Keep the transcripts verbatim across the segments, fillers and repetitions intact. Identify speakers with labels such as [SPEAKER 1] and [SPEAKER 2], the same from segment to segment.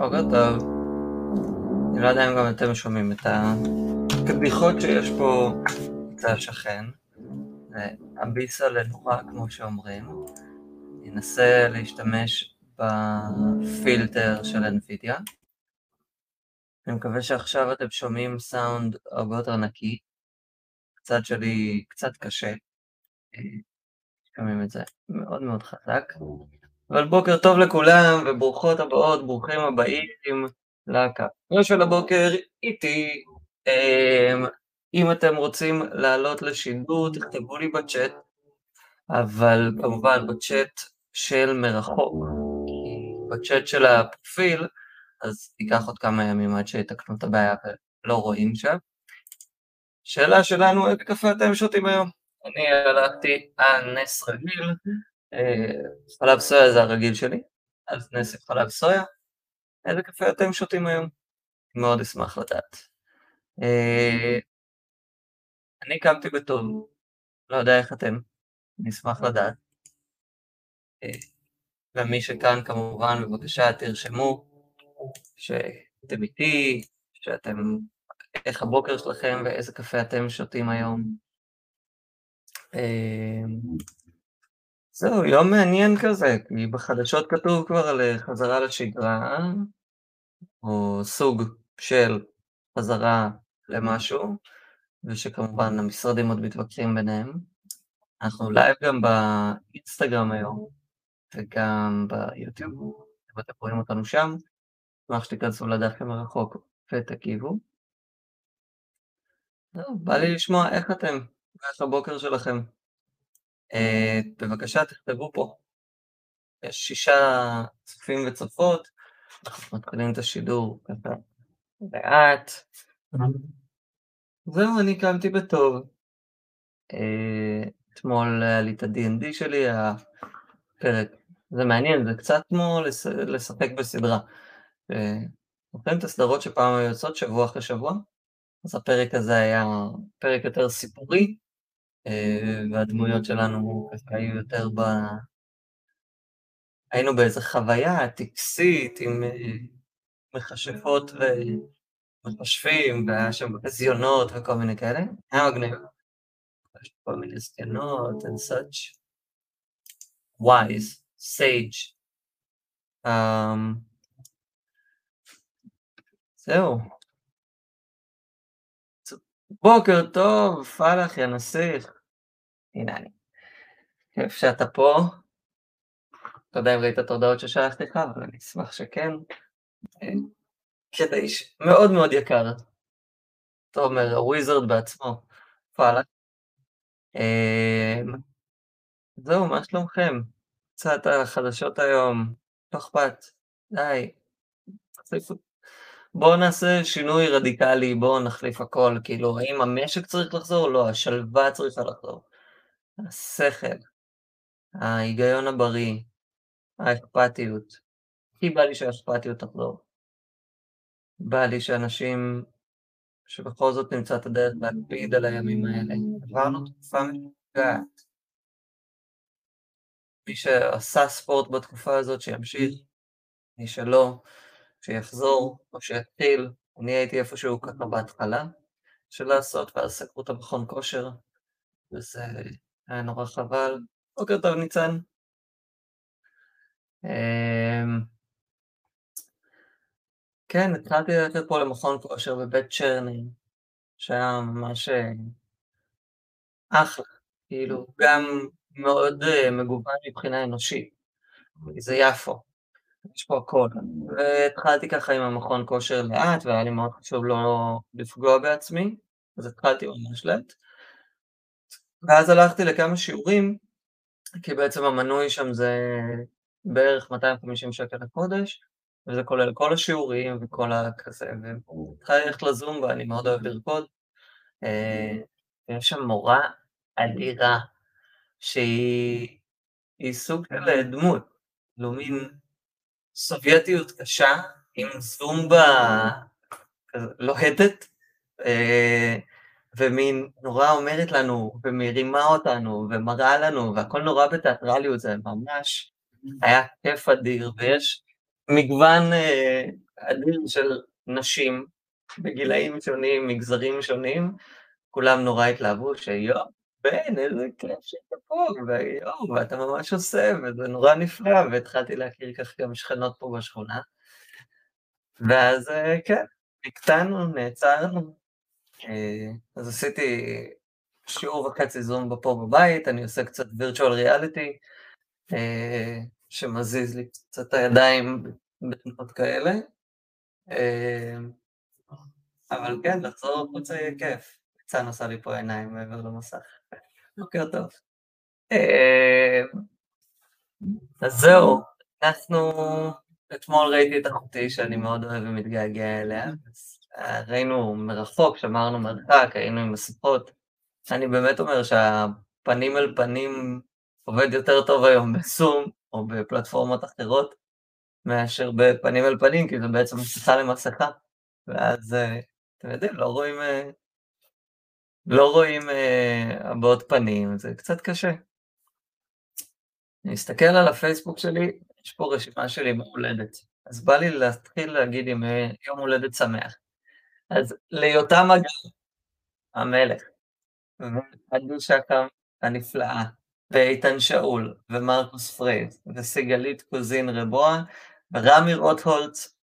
[SPEAKER 1] בוקר טוב. אני לא יודע אם גם אתם שומעים את הקדיחות שיש פה אצל השכן. זה אביסה לנורא, כמו שאומרים. אני אנסה להשתמש בפילטר של NVIDIA. אני מקווה שעכשיו אתם שומעים סאונד הרבה יותר נקי. הצד שלי קצת קשה. שומעים את זה מאוד מאוד חזק. אבל בוקר טוב לכולם, וברוכות הבאות, ברוכים הבאים לקפה של הבוקר איתי. אם אתם רוצים לעלות לשידור, תכתבו לי בצ'אט, אבל כמובן בצ'אט של מרחוק, כי בצ'אט של הפרופיל, אז ייקח עוד כמה ימים עד שיתקנו את הבעיה ולא רואים שם. שאלה שלנו, איזה קפה אתם שותים היום? אני הלכתי על נס רגיל, חלב סויה זה הרגיל שלי, אז נס חלב סויה. איזה קפה אתם שותים היום? מאוד אשמח לדעת. אני קמתי בטוב, לא יודע איך אתם, אני אשמח לדעת. ומי שכאן כמובן, בבקשה תרשמו שאתם איתי, שאתם, איך הבוקר שלכם ואיזה קפה אתם שותים היום. זהו, יום מעניין כזה, כי בחדשות כתוב כבר על חזרה לשגרה, או סוג של חזרה למשהו, ושכמובן המשרדים עוד מתווכחים ביניהם. אנחנו לייב גם באינסטגרם היום, וגם ביוטיוב, אם אתם רואים אותנו שם, אשמח שתיכנסו לדף מרחוק ותגיבו. בא לי לשמוע איך אתם, ואיך הבוקר שלכם. בבקשה תכתבו פה. יש שישה צופים וצופות, אנחנו מתחילים את השידור ככה לאט. זהו, אני קמתי בטוב. אתמול היה לי את ה-די אנד די שלי, הפרק. זה מעניין, זה קצת כמו לשחק בסדרה. נותנים את הסדרות שפעם היו יוצאות שבוע אחרי שבוע, אז הפרק הזה היה פרק יותר סיפורי, והדמויות שלנו היו יותר ב... היינו באיזו חוויה טקסית עם מכשפות ומחשבים, והיה שם זיונות וכל מיני כאלה. היה מגניב. יש כל מיני זיונות and such. wise, sage. Um, זהו. בוקר טוב, פלח, יא נסיך. הנה אני. כיף שאתה פה. אתה יודע אם ראית את ההודעות ששלחתי לך, אבל אני אשמח שכן. קטע איש מאוד מאוד יקר. תומר, הוויזרד בעצמו. פלח. זהו, מה שלומכם? קצת החדשות היום. לא אכפת. די. בואו נעשה שינוי רדיקלי, בואו נחליף הכל, כאילו, האם המשק צריך לחזור? לא, השלווה צריכה לחזור. השכל, ההיגיון הבריא, האכפתיות. כי בא לי שהאכפתיות תחזור. בא לי שאנשים שבכל זאת נמצא את הדרך להקפיד על הימים האלה. עברנו תקופה משוגעת. מי שעשה ספורט בתקופה הזאת שימשיך, מי שלא, שיחזור או שיתחיל. אני הייתי איפשהו ככה בהתחלה של לעשות, ואז סגרו את המכון כושר, וזה היה נורא חבל. בוקר טוב ניצן. כן, התחלתי ללכת פה למכון כושר בבית צ'רני, שהיה ממש אחלה, כאילו גם מאוד מגוון מבחינה אנושית, זה יפו, יש פה הכל. והתחלתי ככה עם המכון כושר לאט, והיה לי מאוד חשוב לא לפגוע בעצמי, אז התחלתי ממש לאט. ואז הלכתי לכמה שיעורים, כי בעצם המנוי שם זה בערך מאתיים וחמישים שקל לחודש, וזה כולל כל השיעורים וכל הכזה, והתחלתי ללכת לזומבה, אני מאוד אוהב לרקוד. יש שם מורה אדירה, שהיא סוג של דמות, לא מין סובייטיות קשה, עם זומבה לוהטת, ומין נורא אומרת לנו, ומרימה אותנו, ומראה לנו, והכל נורא בתיאטרליות, זה ממש היה כיף אדיר, ויש מגוון אה, אדיר של נשים בגילאים שונים, מגזרים שונים, כולם נורא התלהבו שיואו, בן, איזה כיף שאתה פה, ויואו, ואתה ממש עושה, וזה נורא נפלא, והתחלתי להכיר ככה גם שכנות פה בשכונה. ואז אה, כן, הקטנו, נעצרנו, אה, אז עשיתי שיעור וחצי זומבה פה בבית, אני עושה קצת virtual reality, אה, שמזיז לי קצת את הידיים בתנועות כאלה. אה, אבל כן, לחזור החוצה יהיה כיף. ניצן עשה לי פה עיניים מעבר למסך. בוקר טוב. אה, אז זהו, אנחנו... אתמול ראיתי את אחותי שאני מאוד אוהב ומתגעגע אליה. אז, אה, ראינו מרחוק, שמרנו מרחק, היינו עם מסכות. אני באמת אומר שהפנים אל פנים עובד יותר טוב היום בסום או בפלטפורמות אחרות מאשר בפנים אל פנים, כי זה בעצם מסכה למסכה. ואז, אה, אתם יודעים, לא רואים, אה, לא רואים אה, הבעות פנים, זה קצת קשה. אני מסתכל על הפייסבוק שלי, יש פה רשימה שלי יום הולדת. אז בא לי להתחיל להגיד עם אה, יום הולדת שמח. אז ליותם הגר, המלך, ועדי שקם הנפלאה, ואיתן שאול, ומרקוס פרייז, וסיגלית קוזין רבוע, ורמי רוטהולץ,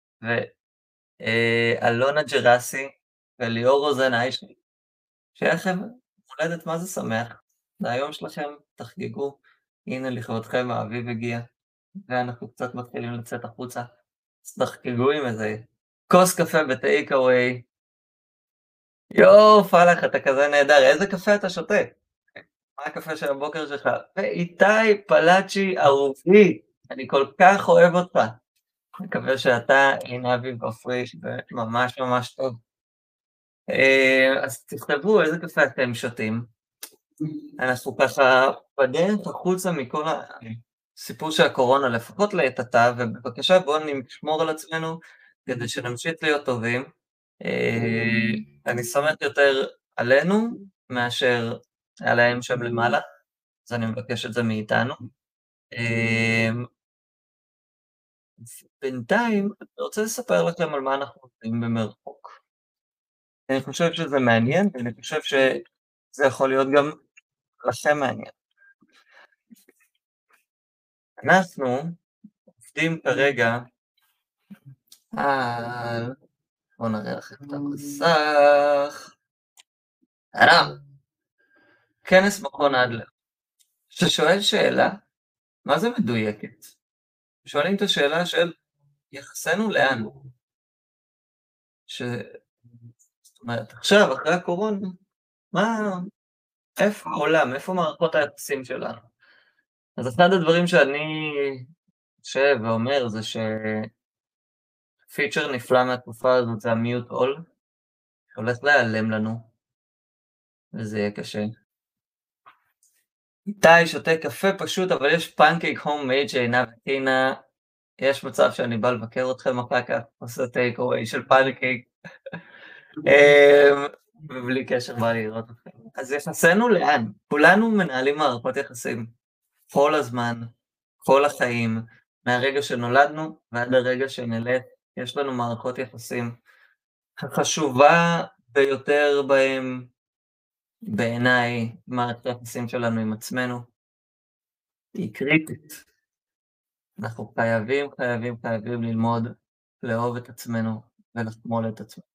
[SPEAKER 1] ואלונה ג'רסי, וליאור רוזן איישני. שיהיה לכם הולדת מה זה שמח. זה היום שלכם, תחגגו. הנה לכבודכם האביב הגיע, ואנחנו קצת מתחילים לצאת החוצה. אז תחגגו עם איזה כוס קפה בטייק אווי. יואו, פלח, אתה כזה נהדר, איזה קפה אתה שותה? מה הקפה של הבוקר שלך? ואיתי פלאצ'י אהובי, אני כל כך אוהב אותך. מקווה שאתה עם אביב בפריש, וממש ממש טוב. אה, אז תכתבו איזה קפה אתם שותים. אנחנו ככה בדרך החוצה מכל הסיפור של הקורונה, לפחות לעת עתה, ובבקשה בואו נשמור על עצמנו כדי שנמשיך להיות טובים. אה, אני סומך יותר עלינו מאשר עליהם שם למעלה, אז אני מבקש את זה מאיתנו. אה, בינתיים אני רוצה לספר לכם על מה אנחנו עושים במרחוק. אני חושב שזה מעניין, ואני חושב שזה יכול להיות גם לכם מעניין. אנחנו עובדים כרגע על... בואו נראה לכם את המסך. אדם, כנס מכון אדלר, ששואל שאלה, מה זה מדויקת? שואלים את השאלה של יחסנו לאן? ש... זאת אומרת, עכשיו, אחרי הקורונה, מה... איפה העולם? איפה מערכות היחסים שלנו? אז אחד הדברים שאני חושב ואומר זה שפיצ'ר נפלא מהתקופה הזאת זה המיוט אול, שהולך להיעלם לנו, וזה יהיה קשה. איתי שותה קפה פשוט, אבל יש פנקייק הום מייד שעיניו הקינה, יש מצב שאני בא לבקר אתכם אחר כך, עושה טייק אווי של פנקייק, ובלי קשר בא לראות אתכם. אז יחסנו לאן? כולנו מנהלים מערכות יחסים, כל הזמן, כל החיים, מהרגע שנולדנו ועד הרגע שנלך, יש לנו מערכות יחסים. החשובה ביותר בהם, בעיניי, מערכת היחסים שלנו עם עצמנו, היא קריטית. אנחנו חייבים, חייבים, חייבים ללמוד לאהוב את עצמנו ולחמול את עצמנו.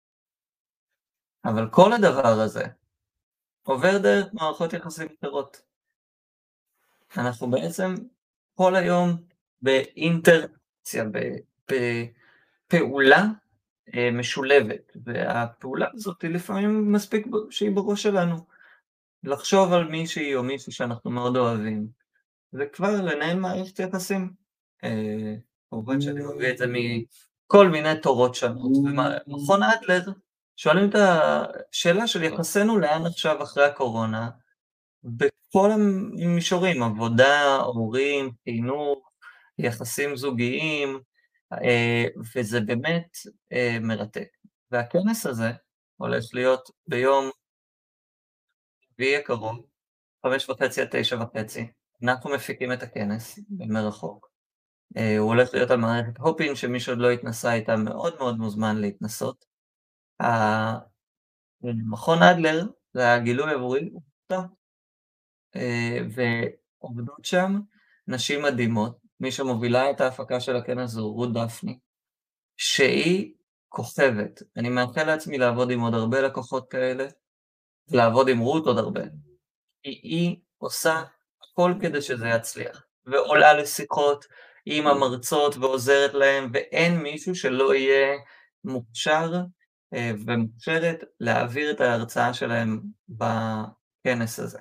[SPEAKER 1] אבל כל הדבר הזה עובר דרך מערכות יחסים אחרות. אנחנו בעצם כל היום באינטראקציה, בפעולה משולבת, והפעולה הזאת היא לפעמים מספיק שהיא בראש שלנו. לחשוב על מישהי או מישהי שאנחנו מאוד אוהבים, וכבר לנהל מערכת יחסים. כמובן שאני מביא את זה מכל מיני תורות שונות. ומכון אדלר שואלים את השאלה של יחסנו לאן עכשיו אחרי הקורונה, בכל המישורים, עבודה, הורים, חינוך, יחסים זוגיים, וזה באמת מרתק. והכנס הזה הולך להיות ביום רביעי הקרוב, חמש וחצי עד תשע וחצי. אנחנו מפיקים את הכנס במרחוק. אה, הוא הולך להיות על מערכת הופינג, שמי שעוד לא התנסה איתה מאוד מאוד מוזמן להתנסות. המכון אדלר, זה הגילוי עבורי, אה, ועובדות שם נשים מדהימות. מי שמובילה את ההפקה של הכנס זו רות דפני, שהיא כוכבת. אני מאחל לעצמי לעבוד עם עוד הרבה לקוחות כאלה, ולעבוד עם רות עוד הרבה. כי היא עושה הכל כדי שזה יצליח, ועולה לשיחות עם המרצות ועוזרת להם, ואין מישהו שלא יהיה מוכשר אה, ומוכשרת להעביר את ההרצאה שלהם בכנס הזה.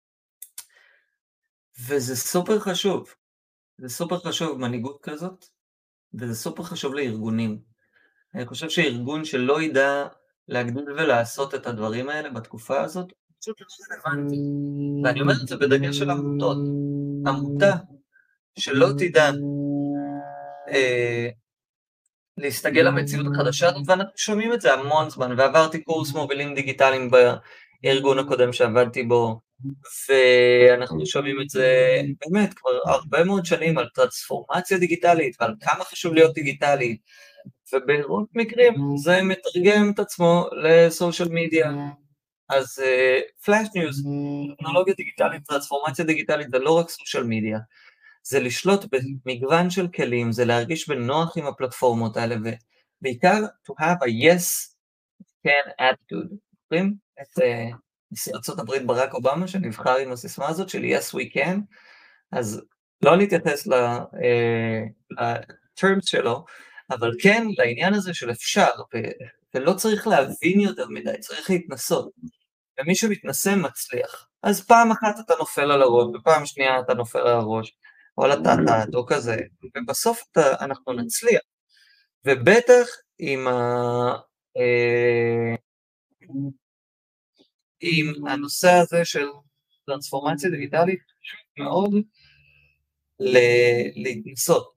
[SPEAKER 1] וזה סופר חשוב, זה סופר חשוב מנהיגות כזאת, וזה סופר חשוב לארגונים. אני חושב שארגון שלא ידע להגדיל ולעשות את הדברים האלה בתקופה הזאת, פשוט לא רלוונטי. ואני אומר את זה בדגש של עמותות. עמותה שלא תדע אה, להסתגל למציאות החדשה, ואנחנו שומעים את זה המון זמן, ועברתי קורס מובילים דיגיטליים בארגון הקודם שעבדתי בו, ואנחנו שומעים את זה באמת כבר הרבה מאוד שנים על טרנספורמציה דיגיטלית, ועל כמה חשוב להיות דיגיטלי, וברוב מקרים זה מתרגם את עצמו לסושיאל מדיה. אז פלאש ניוז, טכנולוגיה דיגיטלית, טרנספורמציה דיגיטלית, זה לא רק סושיאל מדיה, זה לשלוט במגוון של כלים, זה להרגיש בנוח עם הפלטפורמות האלה, ובעיקר to have a yes can attitude. זוכרים את uh, נשיא ארצות הברית ברק אובמה שנבחר עם הסיסמה הזאת של yes we can? אז לא להתייחס ל-terms שלו, אבל כן לעניין הזה של אפשר, ולא צריך להבין יותר מדי, צריך להתנסות. ומי שמתנסה מצליח. אז פעם אחת אתה נופל על הראש, ופעם שנייה אתה נופל על הראש, או על התחת, או כזה, ובסוף אתה, אנחנו נצליח. ובטח עם, ה, אה, עם הנושא הזה של טרנספורמציה דיגיטלית, מאוד להתנסות.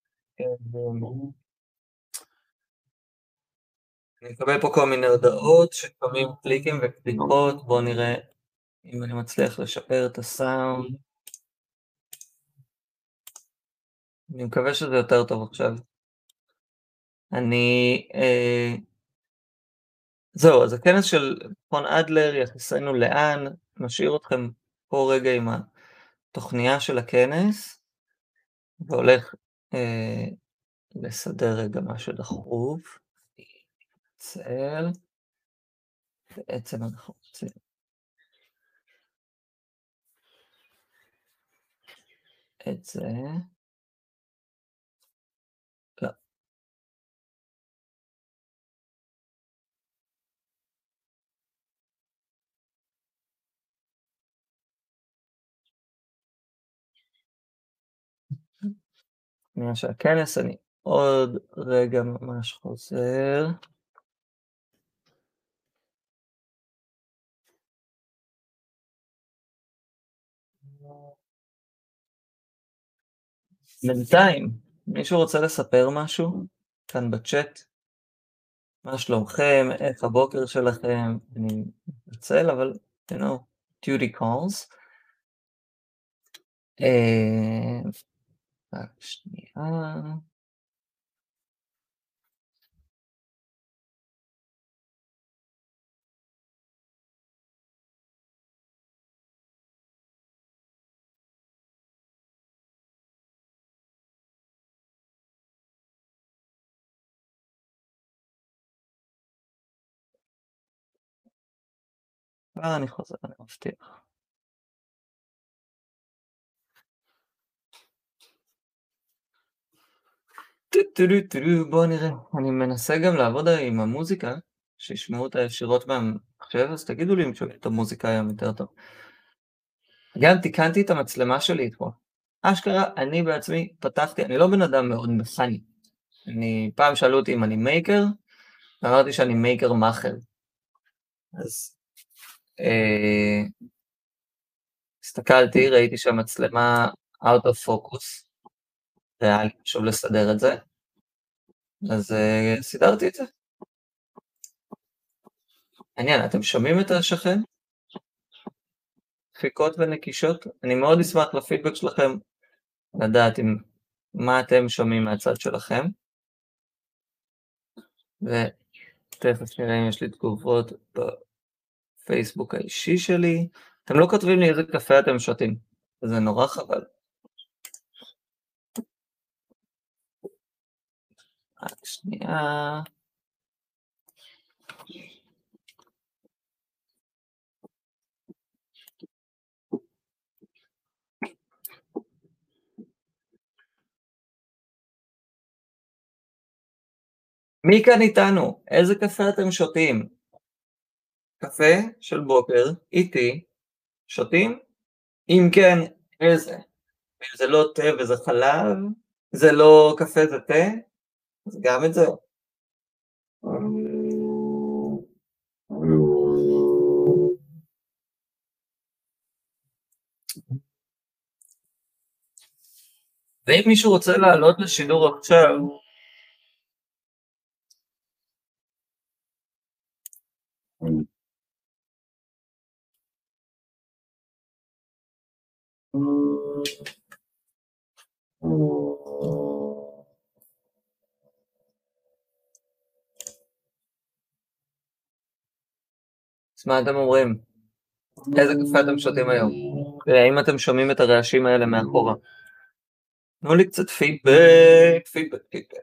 [SPEAKER 1] אני מקבל פה כל מיני הודעות שקמים קליקים וקליקות, בואו נראה אם אני מצליח לשפר את הסאונד. אני מקווה שזה יותר טוב עכשיו. אני... אה, זהו, אז הכנס של מכון אדלר, יחסנו לאן, משאיר אתכם פה רגע עם התוכניה של הכנס, והולך אה, לסדר רגע משהו דחוף. צל, בעצם אנחנו רוצים. את זה. לא. נראה שהכנס, אני עוד רגע ממש חוזר. בינתיים, מישהו רוצה לספר משהו כאן בצ'אט? מה שלומכם? איך הבוקר שלכם? אני מתנצל, אבל, you know, duty calls. אה... רק שנייה. אה, אני חוזר, אני מבטיח. בואו נראה, אני מנסה גם לעבוד עם המוזיקה, שישמעו אותה ישירות מהמחשב, אז תגידו לי אם שומעים את המוזיקה היום יותר טוב. גם תיקנתי את המצלמה שלי אתמול. אשכרה, אני בעצמי פתחתי, אני לא בן אדם מאוד מכני. אני, פעם שאלו אותי אם אני מייקר, ואמרתי שאני מייקר מאכר. אז אה, הסתכלתי, ראיתי שהמצלמה out of focus, והיה לי חשוב לסדר את זה, אז אה, סידרתי את זה. מעניין, אתם שומעים את השכן? דפיקות ונקישות? אני מאוד אשמח לפידבק שלכם, לדעת אם מה אתם שומעים מהצד שלכם, ותכף נראה אם יש לי תגובות בפייסבוק האישי שלי. אתם לא כותבים לי איזה קפה אתם שותים, זה נורא חבל. רק שנייה. מי כאן איתנו? איזה קפה אתם שותים? קפה של בוקר, איתי, שותים? אם כן, איזה? אם זה לא תה וזה חלב, זה לא קפה זה תה, אז גם את זה. ואם מישהו רוצה לעלות לשידור עכשיו, אז מה אתם אומרים? איזה קפה אתם שותים היום? האם אתם שומעים את הרעשים האלה מאחורה? תנו לי קצת פידבק, פידבק, פידבק.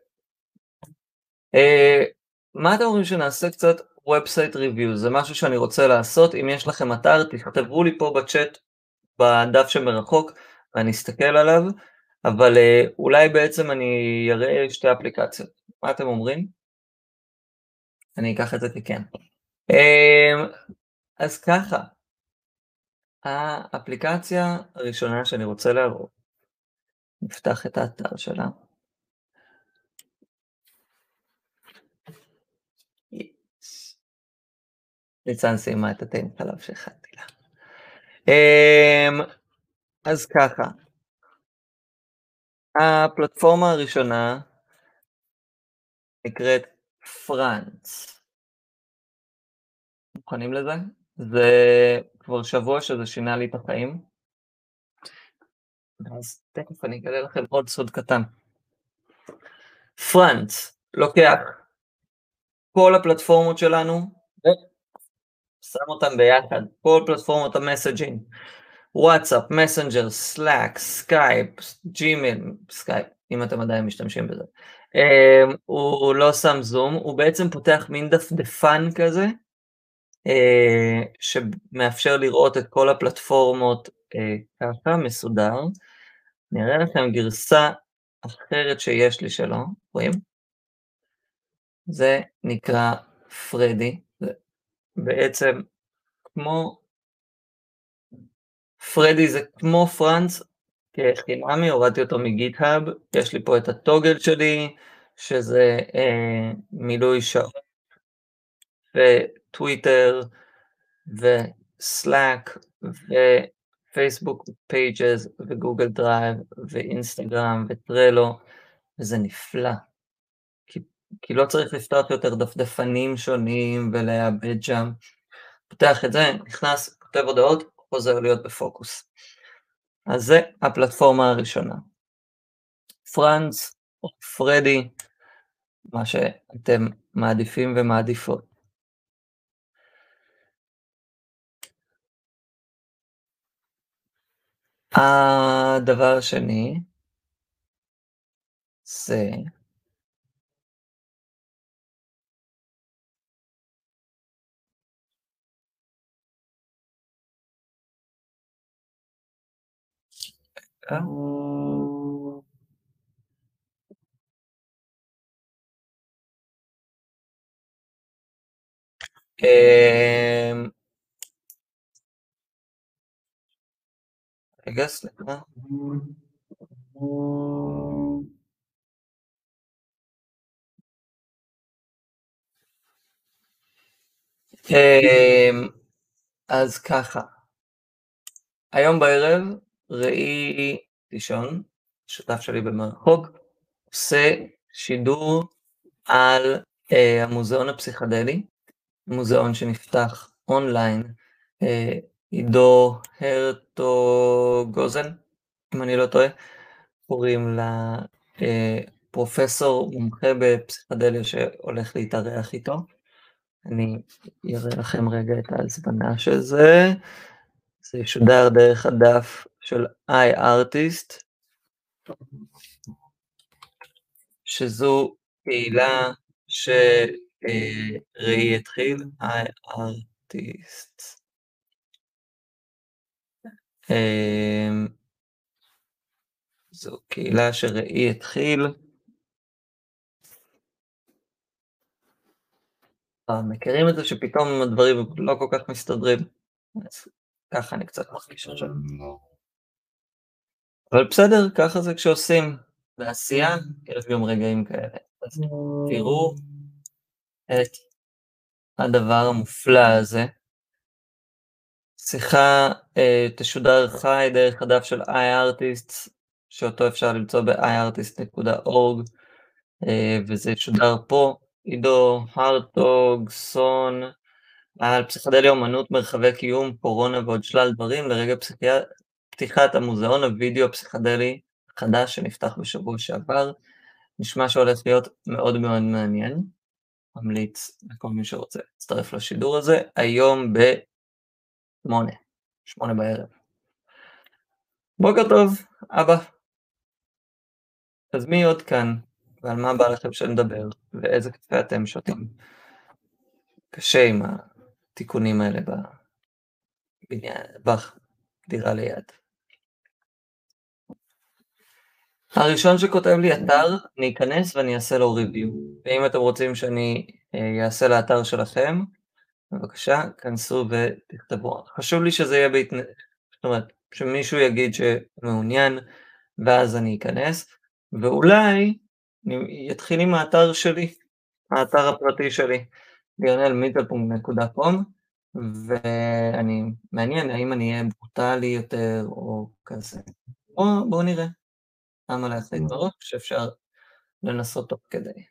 [SPEAKER 1] אה, מה אתם אומרים שנעשה קצת Website Review? זה משהו שאני רוצה לעשות. אם יש לכם אתר, תכתבו לי פה בצ'אט, בדף שמרחוק, ואני אסתכל עליו, אבל אה, אולי בעצם אני אראה שתי אפליקציות. מה אתם אומרים? אני אקח את זה ככן. אה, אז ככה, האפליקציה הראשונה שאני רוצה להראות, נפתח את האתר שלה. ניצן סיימה את התה עם חלב שהכנתי לה. אז ככה, הפלטפורמה הראשונה נקראת פרנץ. מוכנים לזה? זה כבר שבוע שזה שינה לי את החיים. אז תכף אני אגלה לכם עוד סוד קטן. פרנץ לוקח כל הפלטפורמות שלנו, שם אותם ביחד, כל פלטפורמות המסג'ינג, וואטסאפ, מסנג'ר, סלאק, סקייפ, ג'ימייל, סקייפ, אם אתם עדיין משתמשים בזה. Uh, הוא לא שם זום, הוא בעצם פותח מין דפדפן כזה, uh, שמאפשר לראות את כל הפלטפורמות uh, ככה, מסודר. נראה לכם גרסה אחרת שיש לי שלו, רואים? זה נקרא פרדי, זה בעצם כמו, פרדי זה כמו פרנץ, כחינמי, הורדתי אותו מגיט-האב, יש לי פה את הטוגל שלי, שזה אה, מילוי שעות, וטוויטר, וסלאק, ופייסבוק פייג'ז, וגוגל דרייב, ואינסטגרם, וטרלו, וזה נפלא, כי, כי לא צריך לפתוח יותר דפדפנים שונים, ולאבד שם, פותח את זה, נכנס, כותב הודעות, חוזר להיות בפוקוס. אז זה הפלטפורמה הראשונה. פרנץ או פרדי, מה שאתם מעדיפים ומעדיפות. הדבר השני, זה רגע, סליחה. אז ככה, היום בערב ראי לישון, שותף שלי במרחוק, עושה שידור על אה, המוזיאון הפסיכדלי, מוזיאון שנפתח אונליין, אה, עידו הרטוגוזן, אם אני לא טועה, קוראים לה אה, פרופסור מומחה בפסיכדליה שהולך להתארח איתו. אני אראה לכם רגע את ההזמנה של זה. זה ישודר דרך הדף של iArtist, שזו קהילה שראי התחיל, iArtist. אמ, זו קהילה שראי התחיל. מכירים את זה שפתאום הדברים לא כל כך מסתדרים? אז ככה אני קצת מרגיש עכשיו. אבל בסדר, ככה זה כשעושים בעשייה, יש גם רגעים כאלה. אז תראו את הדבר המופלא הזה. שיחה אה, תשודר חי דרך הדף של iArtists, שאותו אפשר למצוא ב-איי-ארטיסט נקודה אורג, אה, וזה ישודר פה. עידו הרטוג, סון, על פסיכדליה, אומנות, מרחבי קיום, קורונה ועוד שלל דברים, לרגע פסיכיה... פתיחת המוזיאון הווידאו הפסיכדלי החדש שנפתח בשבוע שעבר. נשמע שהולך להיות מאוד מאוד מעניין. ממליץ לכל מי שרוצה להצטרף לשידור הזה, היום בשמונה, שמונה בערב. בוקר טוב, אבא. אז מי עוד כאן, ועל מה בא לכם שנדבר, ואיזה קפה אתם שותים? קשה עם התיקונים האלה בבניין, בדירה ליד. הראשון שכותב לי אתר, אני אכנס ואני אעשה לו ריוויו. ואם אתם רוצים שאני אעשה לאתר שלכם, בבקשה, כנסו ותכתבו. חשוב לי שזה יהיה בהתנ... זאת אומרת, שמישהו יגיד שמעוניין, ואז אני אכנס, ואולי אני אתחיל עם האתר שלי, האתר הפרטי שלי, ליונל מיטלפונקט נקודה קום, ואני מעניין האם אני אהיה ברוטלי יותר או כזה. בואו בוא נראה. למה להחליט בראש שאפשר לנסות תוך כדי.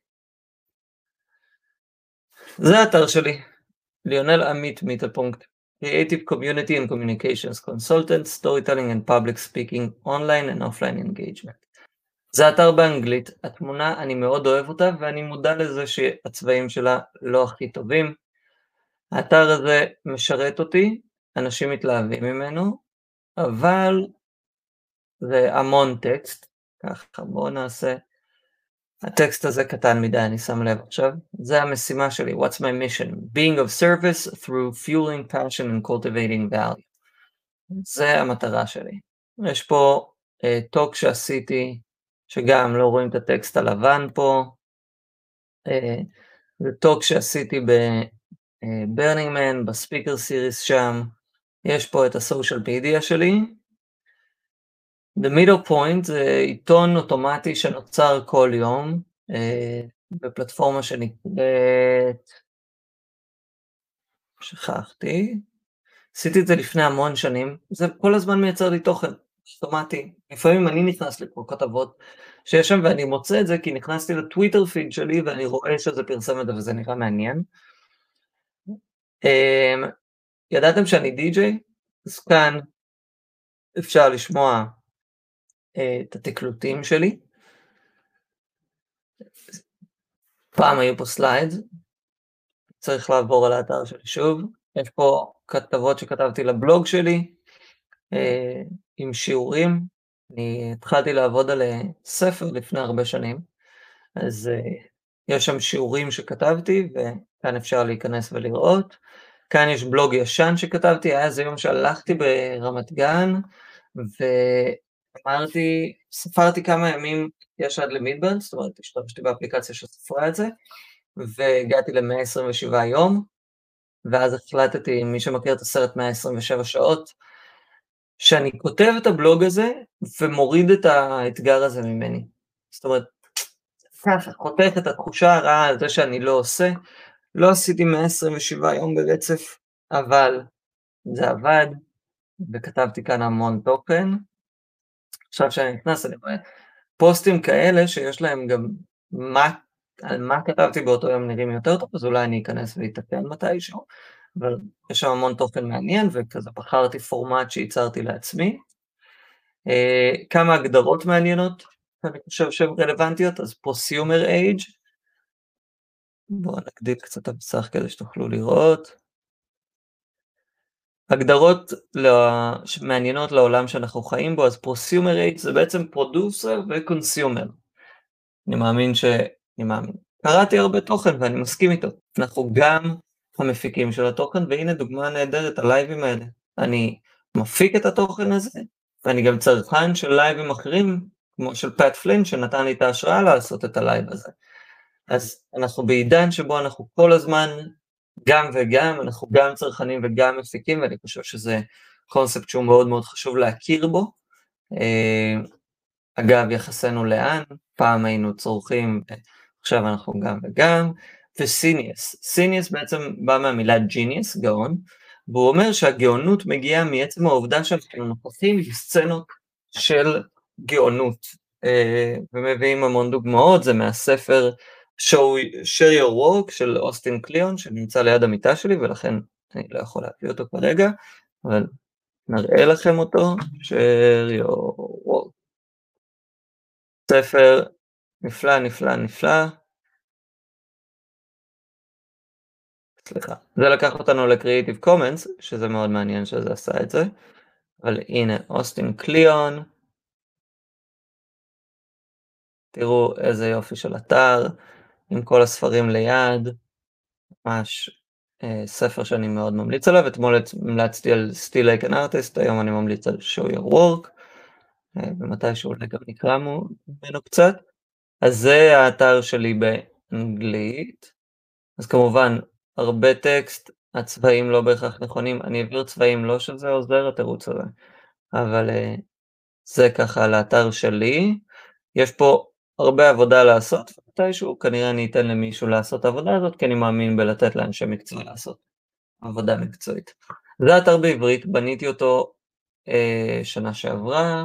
[SPEAKER 1] זה האתר שלי, ליונל עמית מיטלפונקט, Creative Community and Communications Consultant, Storytelling and Public Speaking, Online and Offline Engagement. זה אתר באנגלית, התמונה אני מאוד אוהב אותה, ואני מודע לזה שהצבעים שלה לא הכי טובים. האתר הזה משרת אותי, אנשים מתלהבים ממנו, אבל זה המון טקסט, ככה בואו נעשה. הטקסט הזה קטן מדי, אני שם לב עכשיו. זה המשימה שלי, what's my mission? Being of service through fueling passion and cultivating value. זה המטרה שלי. יש פה טוק uh, שעשיתי, שגם לא רואים את הטקסט הלבן פה. Uh, זה טוק שעשיתי ב-Burning Man, בספיקר סיריס שם. יש פה את הסושיאל מדיה שלי. The Middle Point זה עיתון אוטומטי שנוצר כל יום, אה, בפלטפורמה שנקראת, שכחתי, עשיתי את זה לפני המון שנים, זה כל הזמן מייצר לי תוכן אוטומטי, לפעמים אני נכנס לפה כתבות שיש שם ואני מוצא את זה כי נכנסתי לטוויטר פיד שלי ואני רואה שזה פרסם את זה וזה נראה מעניין. אה, ידעתם שאני די-ג'יי? אז כאן אפשר לשמוע את התקלוטים שלי. פעם היו פה סליידס, צריך לעבור על האתר שלי שוב. יש פה כתבות שכתבתי לבלוג שלי, אה, עם שיעורים. אני התחלתי לעבוד על ספר לפני הרבה שנים, אז אה, יש שם שיעורים שכתבתי, וכאן אפשר להיכנס ולראות. כאן יש בלוג ישן שכתבתי, היה איזה יום שהלכתי ברמת גן, ואמרתי, ספרתי כמה ימים יש עד למידברן, זאת אומרת, השתמשתי באפליקציה שספרה את זה, והגעתי ל-מאה עשרים ושבעה יום, ואז החלטתי, מי שמכיר את הסרט מאה עשרים ושבע שעות, שאני כותב את הבלוג הזה, ומוריד את האתגר הזה ממני. זאת אומרת, ככה, חותך את התחושה הרעה על זה שאני לא עושה, לא עשיתי מאה עשרים ושבעה יום ברצף, אבל זה עבד, וכתבתי כאן המון תוכן. עכשיו שאני נכנס, אני רואה פוסטים כאלה שיש להם גם מה, על מה כתבתי באותו יום נראים יותר טוב, אז אולי אני אכנס ויתקן מתישהו, אבל יש שם המון תוכן מעניין, וכזה בחרתי פורמט שייצרתי לעצמי. כמה הגדרות מעניינות, אני חושב שהן רלוונטיות, אז Prosumer Age, בואו נגדיל קצת את המסך כדי שתוכלו לראות. הגדרות שמעניינות לעולם שאנחנו חיים בו, אז Prosumer Age זה בעצם Producer ו-Consumer. אני מאמין ש... אני מאמין. קראתי הרבה תוכן ואני מסכים איתו. אנחנו גם המפיקים של התוכן, והנה דוגמה נהדרת, הלייבים האלה. אני מפיק את התוכן הזה, ואני גם צרכן של לייבים אחרים, כמו של פאט פלין, שנתן לי את ההשראה לעשות את הלייב הזה. אז אנחנו בעידן שבו אנחנו כל הזמן גם וגם, אנחנו גם צרכנים וגם מפיקים, ואני חושב שזה קונספט שהוא מאוד מאוד חשוב להכיר בו. אגב, יחסנו לאן, פעם היינו צורכים, עכשיו אנחנו גם וגם, וסיניאס. סיניאס בעצם בא מהמילה ג'יניאס, גאון, והוא אומר שהגאונות מגיעה מעצם העובדה שאנחנו נוכחים בסצנות של גאונות, ומביאים המון דוגמאות, זה מהספר Show, Share Your Work של אוסטין קליון, שנמצא ליד המיטה שלי, ולכן אני לא יכול להביא אותו כרגע, אבל נראה לכם אותו, Share Your Work. ספר נפלא, נפלא, נפלא. סליחה. זה לקח אותנו ל-Creative Commons, שזה מאוד מעניין שזה עשה את זה. אבל הנה, אוסטין קליון. תראו איזה יופי של אתר, עם כל הספרים ליד. ממש אה, ספר שאני מאוד ממליץ עליו. אתמול המלצתי על Still Like an Artist, היום אני ממליץ על Show Your Work. אה, ומתישהו אולי גם נקרא ממנו קצת. אז זה האתר שלי באנגלית. אז כמובן, הרבה טקסט, הצבעים לא בהכרח נכונים, אני אעביר צבעים, לא שזה עוזר התירוץ הזה, אבל uh, זה ככה על האתר שלי, יש פה הרבה עבודה לעשות, ומתישהו כנראה אני אתן למישהו לעשות את העבודה הזאת, כי אני מאמין בלתת לאנשי מקצוע לעשות עבודה מקצועית. זה אתר בעברית, בניתי אותו uh, שנה שעברה,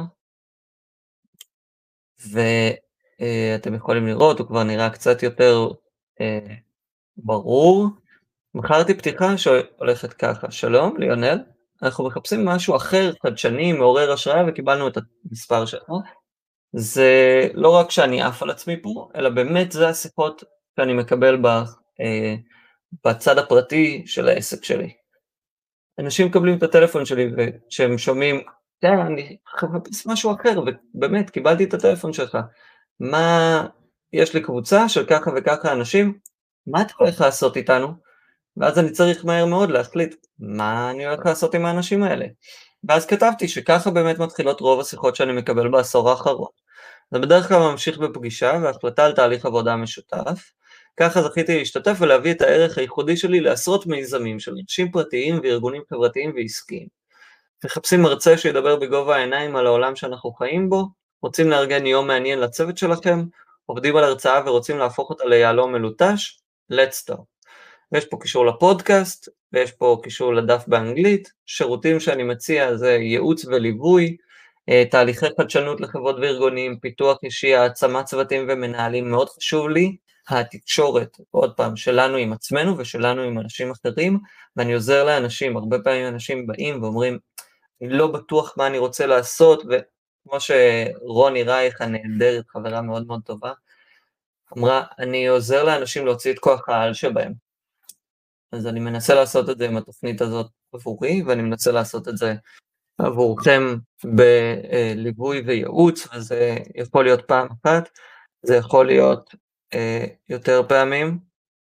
[SPEAKER 1] ואתם uh, יכולים לראות, הוא כבר נראה קצת יותר uh, ברור, בחרתי פתיחה שהולכת ככה, שלום ליונל, אנחנו מחפשים משהו אחר, חדשני, מעורר השראה וקיבלנו את המספר שלנו. זה לא רק שאני עף על עצמי פה, אלא באמת זה השיחות שאני מקבל בצד הפרטי של העסק שלי. אנשים מקבלים את הטלפון שלי וכשהם שומעים, כן, אני מחפש משהו אחר, ובאמת קיבלתי את הטלפון שלך. מה, יש לי קבוצה של ככה וככה אנשים, מה אתה הולך לעשות איתנו? ואז אני צריך מהר מאוד להחליט מה אני הולך לעשות עם האנשים האלה. ואז כתבתי שככה באמת מתחילות רוב השיחות שאני מקבל בעשור האחרון. זה בדרך כלל ממשיך בפגישה והחלטה על תהליך עבודה משותף. ככה זכיתי להשתתף ולהביא את הערך הייחודי שלי לעשרות מיזמים של אנשים פרטיים וארגונים חברתיים ועסקיים. מחפשים מרצה שידבר בגובה העיניים על העולם שאנחנו חיים בו, רוצים לארגן יום מעניין לצוות שלכם, עובדים על הרצאה ורוצים להפוך אותה ליהלום מלוטש, let's start. ויש פה קישור לפודקאסט, ויש פה קישור לדף באנגלית, שירותים שאני מציע זה ייעוץ וליווי, תהליכי חדשנות לחברות וארגונים, פיתוח אישי, העצמת צוותים ומנהלים, מאוד חשוב לי, התקשורת, עוד פעם, שלנו עם עצמנו ושלנו עם אנשים אחרים, ואני עוזר לאנשים, הרבה פעמים אנשים באים ואומרים, אני לא בטוח מה אני רוצה לעשות, וכמו שרוני רייך הנהדרת, חברה מאוד מאוד טובה, אמרה, אני עוזר לאנשים להוציא את כוח העל שבהם. אז אני מנסה לעשות את זה עם התוכנית הזאת עבורי, ואני מנסה לעשות את זה עבורכם בליווי וייעוץ, וזה יכול להיות פעם אחת, זה יכול להיות אה, יותר פעמים.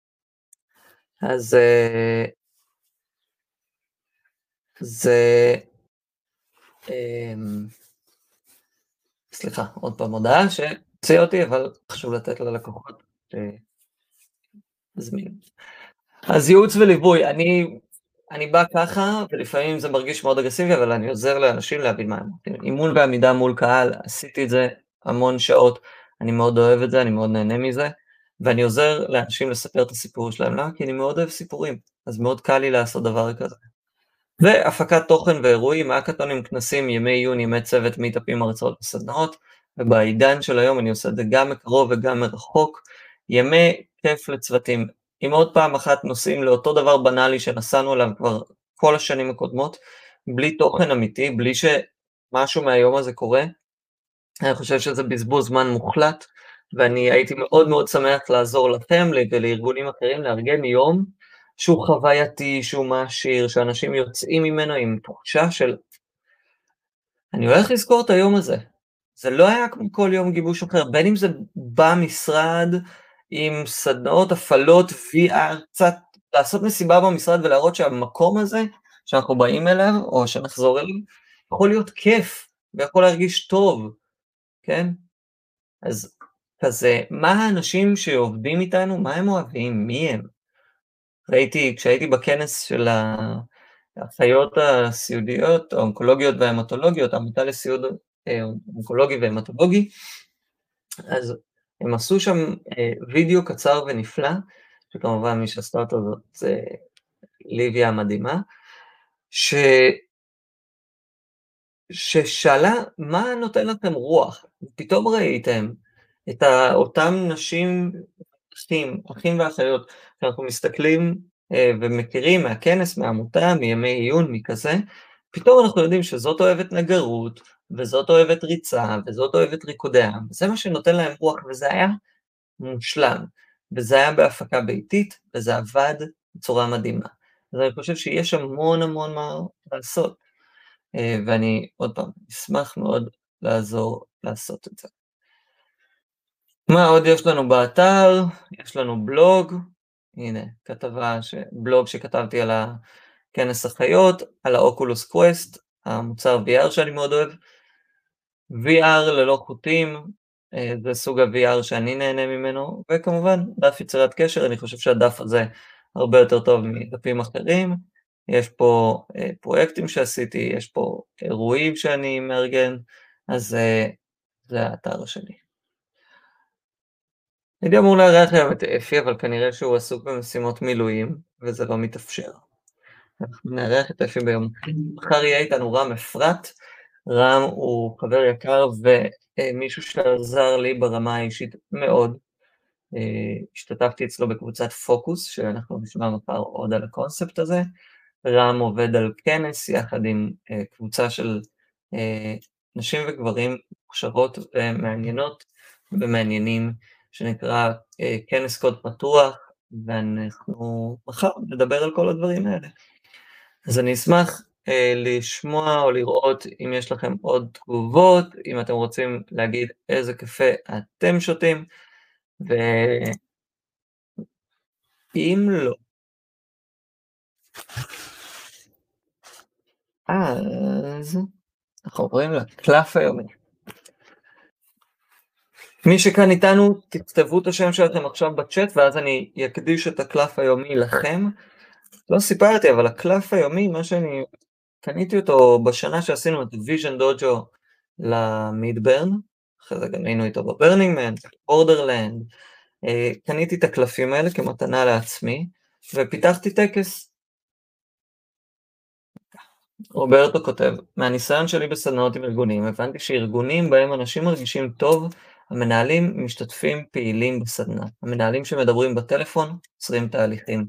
[SPEAKER 1] אז אה, זה, אה, סליחה, עוד פעם הודעה שהציע אותי, אבל חשוב לתת ללקוחות זמין. אז ייעוץ וליווי, אני, אני בא ככה, ולפעמים זה מרגיש מאוד אגרסיבי, אבל אני עוזר לאנשים להבין מה הם. אימון ועמידה מול קהל, עשיתי את זה המון שעות, אני מאוד אוהב את זה, אני מאוד נהנה מזה, ואני עוזר לאנשים לספר את הסיפור שלהם, למה? כי אני מאוד אוהב סיפורים, אז מאוד קל לי לעשות דבר כזה. והפקת תוכן ואירועים, האקתונים, כנסים, ימי עיון, ימי צוות, מיטאפים, הרצאות וסדנאות, ובעידן של היום אני עושה את זה גם מקרוב וגם מרחוק, ימי כיף לצוותים. אם עוד פעם אחת נוסעים לאותו דבר בנאלי שנסענו עליו כבר כל השנים הקודמות, בלי תוכן אמיתי, בלי שמשהו מהיום הזה קורה, אני חושב שזה בזבוז זמן מוחלט, ואני הייתי מאוד מאוד שמח לעזור לכם ל ולארגונים אחרים לארגן יום שהוא חווייתי, שהוא מעשיר, שאנשים יוצאים ממנו עם תחושה של אני הולך לזכור את היום הזה. זה לא היה כמו כל יום גיבוש אחר, בין אם זה במשרד עם סדנאות, הפעלות, וי אר, קצת לעשות מסיבה במשרד ולהראות שהמקום הזה שאנחנו באים אליו, או שנחזור אליו, יכול להיות כיף ויכול להרגיש טוב, כן? אז כזה, מה האנשים שעובדים איתנו, מה הם אוהבים, מי הם? ראיתי, כשהייתי בכנס של האחיות הסיעודיות, האונקולוגיות וההמטולוגיות, העמותה לסיעוד אה, אונקולוגי והמטולוגי, אז הם עשו שם אה, וידאו קצר ונפלא, שכמובן מי שעשתה אותו זאת זה ליביה המדהימה, ש... ששאלה מה נותן לכם רוח, פתאום ראיתם את אותם נשים, אחים, אחים ואחיות, שאנחנו מסתכלים אה, ומכירים מהכנס, מהעמותה, מימי עיון, מכזה, פתאום אנחנו יודעים שזאת אוהבת נגרות, וזאת אוהבת ריצה, וזאת אוהבת ריקודי עם, וזה מה שנותן להם רוח, וזה היה מושלם, וזה היה בהפקה ביתית, וזה עבד בצורה מדהימה. אז אני חושב שיש המון המון מה לעשות, אה, ואני עוד פעם אשמח מאוד לעזור לעשות את זה. מה עוד יש לנו באתר? יש לנו בלוג, הנה כתבה, ש... בלוג שכתבתי על הכנס החיות, על האוקולוס קווסט, המוצר וי אר שאני מאוד אוהב, וי אר ללא חוטים, אה, זה סוג ה-וי אר שאני נהנה ממנו, וכמובן דף יצירת קשר, אני חושב שהדף הזה הרבה יותר טוב מדפים אחרים, יש פה אה, פרויקטים שעשיתי, יש פה אירועים שאני מארגן, אז אה, זה האתר שלי. הייתי אמור לארח היום את אפי, אבל כנראה שהוא עסוק במשימות מילואים, וזה לא מתאפשר. אנחנו נארח את אפי ביום. מחר יהיה איתנו רם אפרת. רם הוא חבר יקר ומישהו שעזר לי ברמה האישית מאוד. השתתפתי אצלו בקבוצת פוקוס, שאנחנו נשמע מחר עוד על הקונספט הזה. רם עובד על כנס יחד עם קבוצה של נשים וגברים מוכשרות ומעניינות ומעניינים, שנקרא כנס קוד פתוח, ואנחנו מחר נדבר על כל הדברים האלה. אז אני אשמח אה, לשמוע או לראות אם יש לכם עוד תגובות, אם אתם רוצים להגיד איזה קפה אתם שותים, ואם לא. אז אנחנו עוברים לקלף היומי. מי שכאן איתנו, תכתבו את השם שלכם עכשיו בצ'אט, ואז אני אקדיש את הקלף היומי לכם. לא סיפרתי, אבל הקלף היומי, מה שאני קניתי אותו בשנה שעשינו את ויז'ן דוג'ו למידברן, אחרי זה גם היינו איתו בברנינג מן, בורדרלנד, קניתי את הקלפים האלה כמתנה לעצמי, ופיתחתי טקס. רוברטו כותב, מהניסיון שלי בסדנאות עם ארגונים, הבנתי שארגונים בהם אנשים מרגישים טוב, המנהלים משתתפים פעילים בסדנה. המנהלים שמדברים בטלפון, עוצרים תהליכים.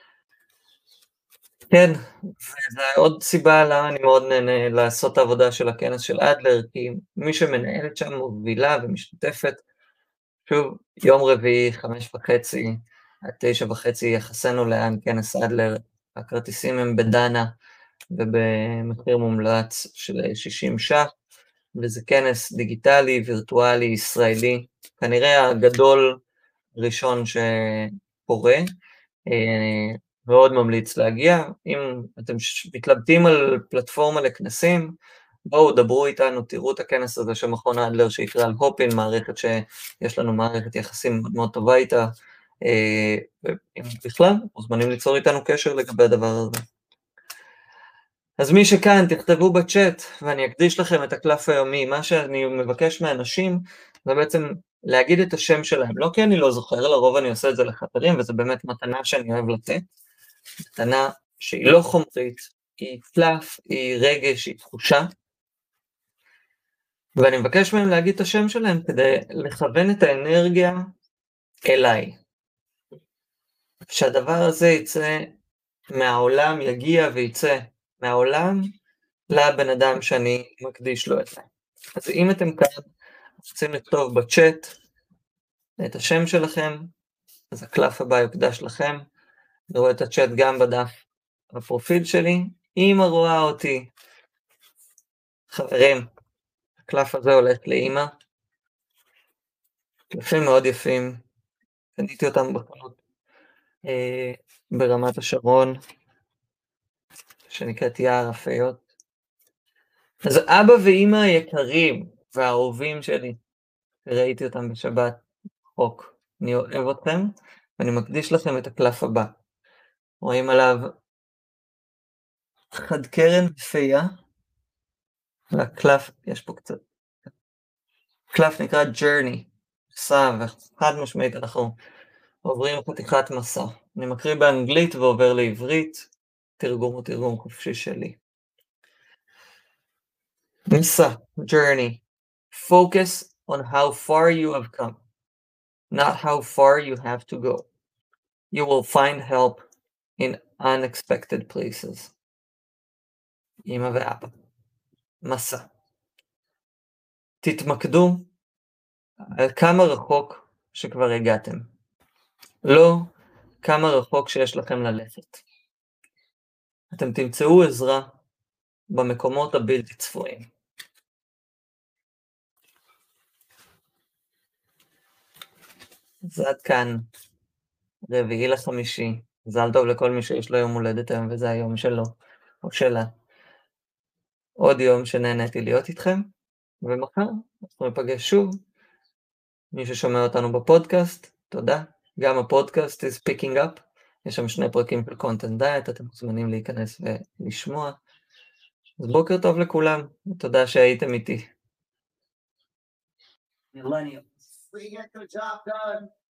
[SPEAKER 1] כן, וזה עוד סיבה למה אני מאוד נהנה לעשות את העבודה של הכנס של אדלר, כי מי שמנהלת שם מובילה ומשתתפת, שוב, יום רביעי, חמש וחצי, עד תשע וחצי, יחסנו לאן כנס אדלר, הכרטיסים הם בדנה, ובמחיר מומלץ של שישים ש"ח, וזה כנס דיגיטלי, וירטואלי, ישראלי, כנראה הגדול ראשון שקורה, מאוד ממליץ להגיע. אם אתם מתלבטים על פלטפורמה לכנסים, בואו דברו איתנו, תראו את הכנס הזה של מכון אדלר שיקרא על הופין, מערכת שיש לנו מערכת יחסים מאוד מאוד טובה איתה, ואם בכלל, מוזמנים ליצור איתנו קשר לגבי הדבר הזה. אז מי שכאן, תכתבו בצ'אט, ואני אקדיש לכם את הקלף היומי. מה שאני מבקש מאנשים, זה בעצם להגיד את השם שלהם, לא כי אני לא זוכר, לרוב אני עושה את זה לחברים, וזה באמת מתנה שאני אוהב לתת, מתנה שהיא לא חומרית, היא קלף, היא רגש, היא תחושה, ואני מבקש מהם להגיד את השם שלהם, כדי לכוון את האנרגיה אליי. שהדבר הזה יצא מהעולם, יגיע ויצא מהעולם לבן אדם שאני מקדיש לו את זה. אז אם אתם כאן, רוצים לכתוב בצ'אט את השם שלכם, אז הקלף הבא יוקדש לכם. אני רואה את הצ'אט גם בדף הפרופיל שלי. אמא רואה אותי. חברים, הקלף הזה הולך לאמא. קלפים מאוד יפים. קניתי אותם בחנות אה, ברמת השרון, שנקראת יער הפיות. אז אבא ואמא היקרים והאהובים שלי, ראיתי אותם בשבת חוק. אני אוהב אתכם, ואני מקדיש לכם את הקלף הבא. רואים עליו חד קרן פייה, והקלף, יש פה קצת, קלף נקרא Journey, מסע, וחד משמעית אנחנו עוברים חתיכת מסע. אני מקריא באנגלית ועובר לעברית, תרגום הוא תרגום חופשי שלי. מסע, Journey. Focus on how far you have come, not how far you have to go. You will find help in unexpected places. אמא ואבא. מסע. תתמקדו על כמה רחוק שכבר הגעתם. לא כמה רחוק שיש לכם ללכת. אתם תמצאו עזרה במקומות הבלתי צפויים. אז עד כאן, רביעי לחמישי. מזל טוב לכל מי שיש לו יום הולדת היום, וזה היום שלו, או שלה. עוד יום שנהניתי להיות איתכם, ומחר אנחנו ניפגש שוב. מי ששומע אותנו בפודקאסט, תודה. גם הפודקאסט is picking up. יש שם שני פרקים של content diet, אתם מוזמנים להיכנס ולשמוע. אז בוקר טוב לכולם, ותודה שהייתם איתי. Millennials. We get the job done.